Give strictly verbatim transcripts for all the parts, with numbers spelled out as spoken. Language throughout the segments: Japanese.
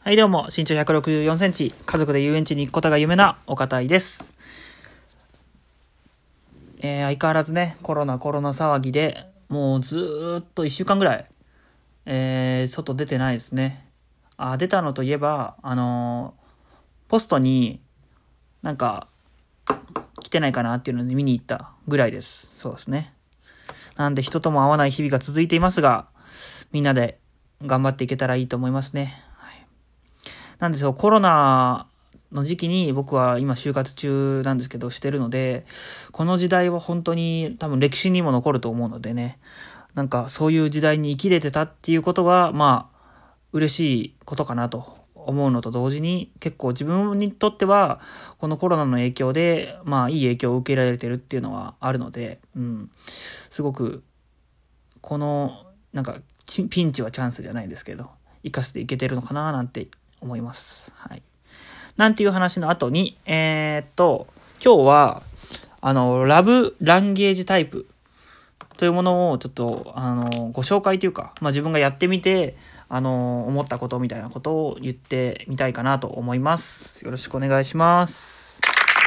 はいどうも、身長ひゃくろくじゅうよんセンチ、家族で遊園地に行くことが夢な岡田井です。えー、相変わらずね、コロナコロナ騒ぎで、もうずーっといっしゅうかんぐらい、えー、外出てないですね。あ、出たのといえば、あのー、ポストになんか来てないかなっていうので見に行ったぐらいです。そうですね。なんで人とも会わない日々が続いていますが、みんなで頑張っていけたらいいと思いますね。なんでそう、コロナの時期に僕は今就活中なんですけどしてるので、この時代は本当に多分歴史にも残ると思うのでね、なんかそういう時代に生きれてたっていうことが、まあ、嬉しいことかなと思うのと同時に、結構自分にとっては、このコロナの影響で、まあいい影響を受けられてるっていうのはあるので、うん、すごく、この、なんか、ピンチはチャンスじゃないですけど、生かしていけてるのかななんて思います。はい。なんていう話の後に、えー、っと、今日は、あの、ラブランゲージタイプというものをちょっと、あの、ご紹介というか、まあ自分がやってみて、あの、思ったことみたいなことを言ってみたいかなと思います。よろしくお願いします。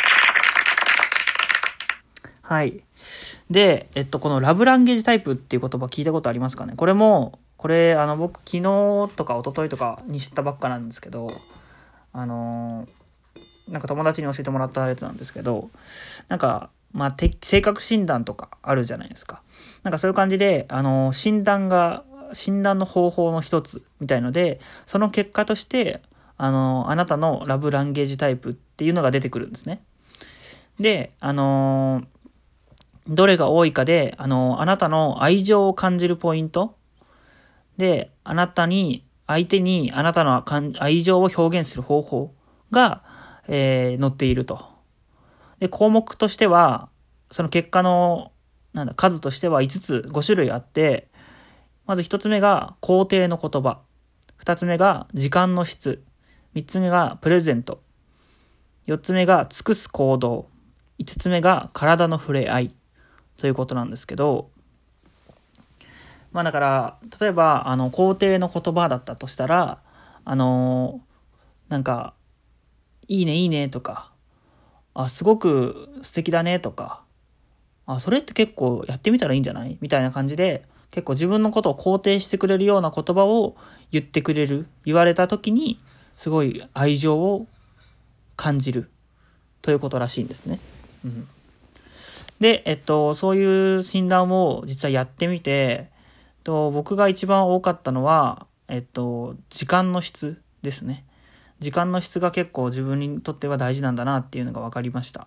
はい。で、えっと、このラブランゲージタイプっていう言葉聞いたことありますかね？これも、これ、あの、僕、昨日とか一昨日とかに知ったばっかなんですけど、あのー、なんか友達に教えてもらったやつなんですけど、なんか、まあ、性格診断とかあるじゃないですか。なんかそういう感じで、あのー、診断が、診断の方法の一つみたいので、その結果として、あのー、あなたのラブランゲージタイプっていうのが出てくるんですね。で、あのー、どれが多いかで、あのー、あなたの愛情を感じるポイントで、あなたに、相手にあなたの愛情を表現する方法が、えー、載っていると。で、項目としては、その結果の、なんだ、数としてはいつつ、ご種類あって、まず一つ目が肯定の言葉。二つ目が時間の質。三つ目がプレゼント。四つ目が尽くす行動。五つ目が体の触れ合い。ということなんですけど、まあだから、例えば、あの、肯定の言葉だったとしたら、あのー、なんか、いいねいいねとか、あ、すごく素敵だねとか、あ、それって結構やってみたらいいんじゃないみたいな感じで、結構自分のことを肯定してくれるような言葉を言ってくれる、言われた時に、すごい愛情を感じる、ということらしいんですね。うん。で、えっと、そういう診断を実はやってみて、と僕が一番多かったのは、えっと、時間の質ですね。時間の質が結構自分にとっては大事なんだなっていうのが分かりました。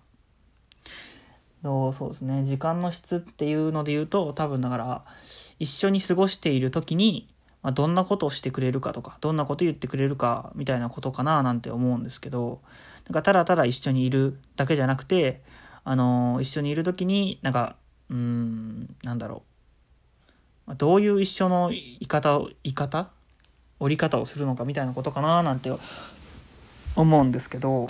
そうですね。時間の質っていうので言うと、多分だから、一緒に過ごしている時に、まあ、どんなことをしてくれるかとか、どんなこと言ってくれるかみたいなことかななんて思うんですけど、なんかただただ一緒にいるだけじゃなくて、あのー、一緒にいる時に、なんか、うーん、なんだろう。どういう一緒の言い方を、言い方折り方をするのかみたいなことかななんて思うんですけど、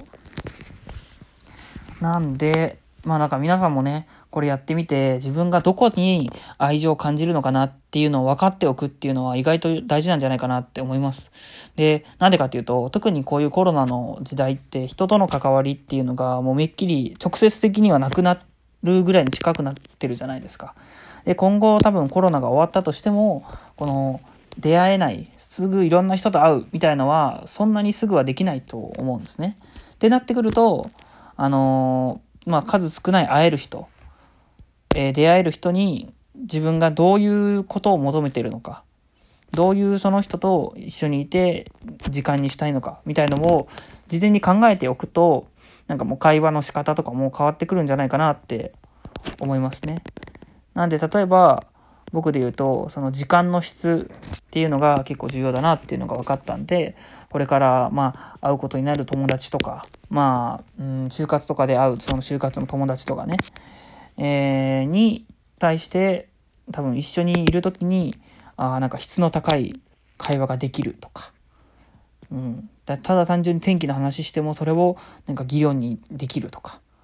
なんで、まあなんか皆さんもね、これやってみて、自分がどこに愛情を感じるのかなっていうのを分かっておくっていうのは意外と大事なんじゃないかなって思います。で、なんでかっていうと、特にこういうコロナの時代って人との関わりっていうのがもうめっきり直接的にはなくなるぐらいに近くなってるじゃないですか。で、今後多分コロナが終わったとしても、この出会えない、すぐいろんな人と会うみたいのは、そんなにすぐはできないと思うんですね。ってなってくると、あのー、まあ、数少ない会える人、えー、出会える人に自分がどういうことを求めているのか、どういうその人と一緒にいて時間にしたいのかみたいのを事前に考えておくと、なんかもう会話の仕方とかも変わってくるんじゃないかなって思いますね。なんで例えば僕で言うと、その時間の質っていうのが結構重要だなっていうのが分かったんで、これからまあ会うことになる友達とか、まあ、うん、就活とかで会うその就活の友達とかね、えー、に対して多分一緒にいるときに、あ、なんか質の高い会話ができるとか、うん、だただ単純に天気の話してもそれをなんか議論にできるとか、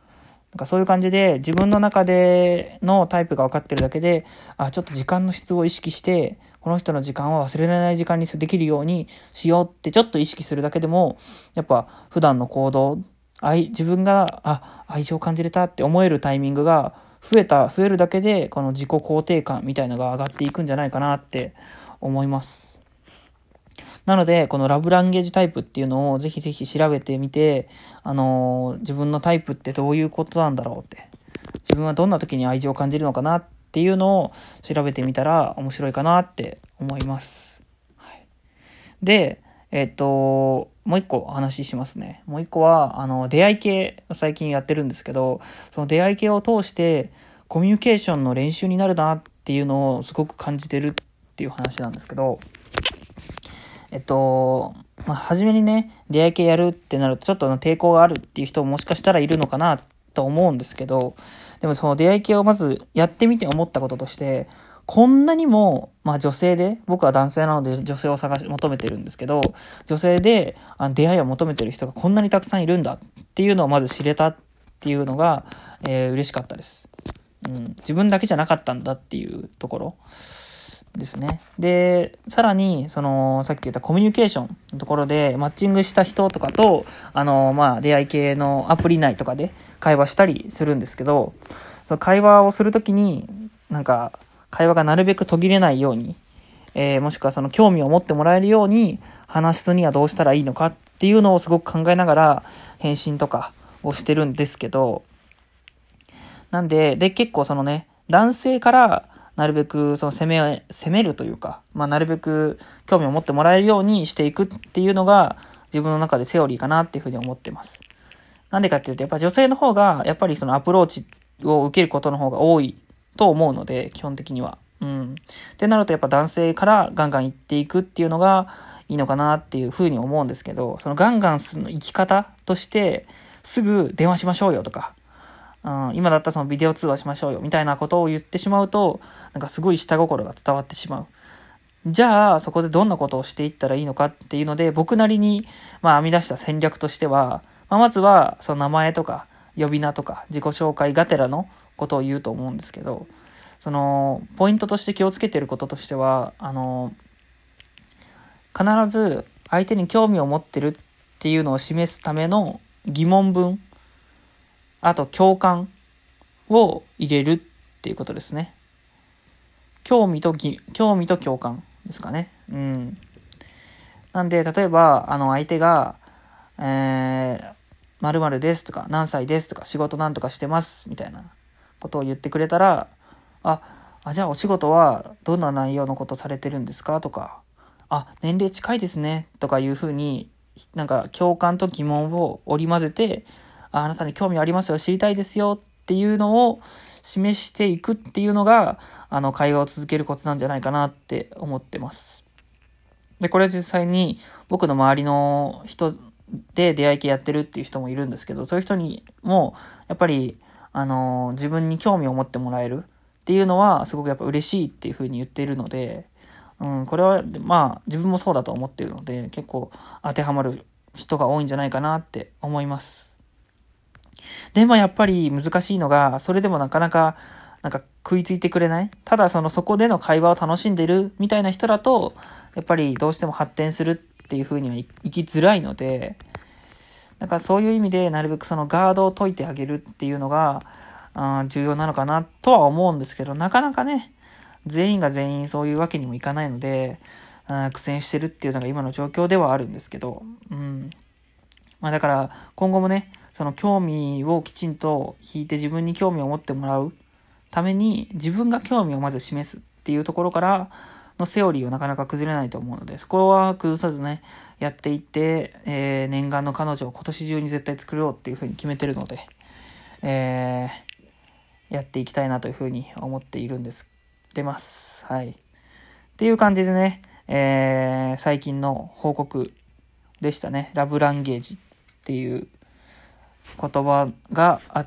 なんかそういう感じで自分の中でのタイプが分かってるだけで、あ、ちょっと時間の質を意識して、この人の時間は忘れられない時間にできるようにしようってちょっと意識するだけでも、やっぱ普段の行動、愛、自分が、あ、愛情を感じれたって思えるタイミングが増えた、増えるだけで、この自己肯定感みたいなのが上がっていくんじゃないかなって思います。なので、このラブランゲージタイプっていうのをぜひぜひ調べてみて、あのー、自分のタイプってどういうことなんだろうって。自分はどんな時に愛情を感じるのかなっていうのを調べてみたら面白いかなって思います。はい、で、えっと、もう一個お話ししますね。もう一個は、あの、出会い系を最近やってるんですけど、その出会い系を通してコミュニケーションの練習になるなっていうのをすごく感じてるっていう話なんですけど、えっと、まあ、初めにね、出会い系やるってなるとちょっと抵抗があるっていう人ももしかしたらいるのかなと思うんですけど、でもその出会い系をまずやってみて思ったこととして、こんなにも、まあ女性で、僕は男性なので女性を探し、求めてるんですけど、女性であの出会いを求めてる人がこんなにたくさんいるんだっていうのをまず知れたっていうのが、えー、嬉しかったです。うん。自分だけじゃなかったんだっていうところですね。で、さらに、その、さっき言ったコミュニケーションのところで、マッチングした人とかと、あの、まあ出会い系のアプリ内とかで会話したりするんですけど、その会話をするときに、なんか、会話がなるべく途切れないように、えー、もしくはその興味を持ってもらえるように話すにはどうしたらいいのかっていうのをすごく考えながら返信とかをしてるんですけど、なんで、で、結構そのね、男性からなるべくその攻め、攻めるというか、まあなるべく興味を持ってもらえるようにしていくっていうのが自分の中でセオリーかなっていうふうに思ってます。なんでかっていうと、やっぱ女性の方がやっぱりそのアプローチを受けることの方が多いと思うので、基本的には。うん。ってなるとやっぱ男性からガンガン行っていくっていうのがいいのかなっていうふうに思うんですけど、そのガンガンするの生き方として、すぐ電話しましょうよとか、うん、今だったらそのビデオ通話しましょうよみたいなことを言ってしまうと、なんかすごい下心が伝わってしまう。じゃあそこでどんなことをしていったらいいのかっていうので、僕なりにまあ編み出した戦略としては、まあ、まずはその名前とか呼び名とか自己紹介がてらのことを言うと思うんですけど、そのポイントとして気をつけていることとしては、あの必ず相手に興味を持ってるっていうのを示すための疑問文、あと共感を入れるっていうことですね。興味とぎ興味と共感ですかね。うん。なんで例えばあの相手が、えー、〇〇ですとか何歳ですとか仕事なんとかしてますみたいなことを言ってくれたら、あ、あじゃあお仕事はどんな内容のことされてるんですかとか、あ、年齢近いですねとかいうふうになんか共感と疑問を織り交ぜて、あ、あなたに興味ありますよ、知りたいですよっていうのを示していくっていうのがあの会話を続けるコツなんじゃないかなって思ってます。で、これ実際に僕の周りの人で出会い系やってるっていう人もいるんですけど、そういう人にもやっぱりあの自分に興味を持ってもらえるっていうのはすごくやっぱ嬉しいっていう風に言っているので、うん、これはまあ自分もそうだと思っているので結構当てはまる人が多いんじゃないかなって思います。でもやっぱり難しいのが、それでもなかなかなんか食いついてくれない、ただそのそこでの会話を楽しんでるみたいな人だとやっぱりどうしても発展するっていう風にはいきづらいので、だからそういう意味でなるべくそのガードを解いてあげるっていうのがあ重要なのかなとは思うんですけど、なかなかね全員が全員そういうわけにもいかないので、あ苦戦してるっていうのが今の状況ではあるんですけど、うん、まあだから今後もね、その興味をきちんと引いて自分に興味を持ってもらうために自分が興味をまず示すっていうところからのセオリーはなかなか崩れないと思うので、そこは崩さずねやっていって、えー、念願の彼女を今年中に絶対作ろうっていうふうに決めてるので、えー、やっていきたいなというふうに思っているんです出ますはいっていう感じでね、えー、最近の報告でしたね。ラブランゲージっていう言葉があって、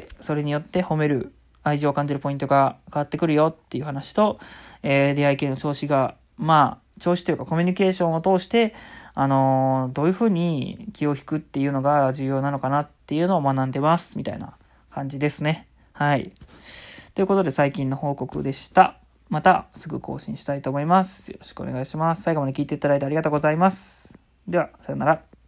それによって褒める、愛情を感じるポイントが変わってくるよっていう話と、えー、出会い系の調子が、まあ調子というかコミュニケーションを通して、あのー、どういうふうに気を引くっていうのが重要なのかなっていうのを学んでますみたいな感じですね。はい。ということで最近の報告でした。またすぐ更新したいと思います。よろしくお願いします。最後まで聞いていただいてありがとうございます。では、さようなら。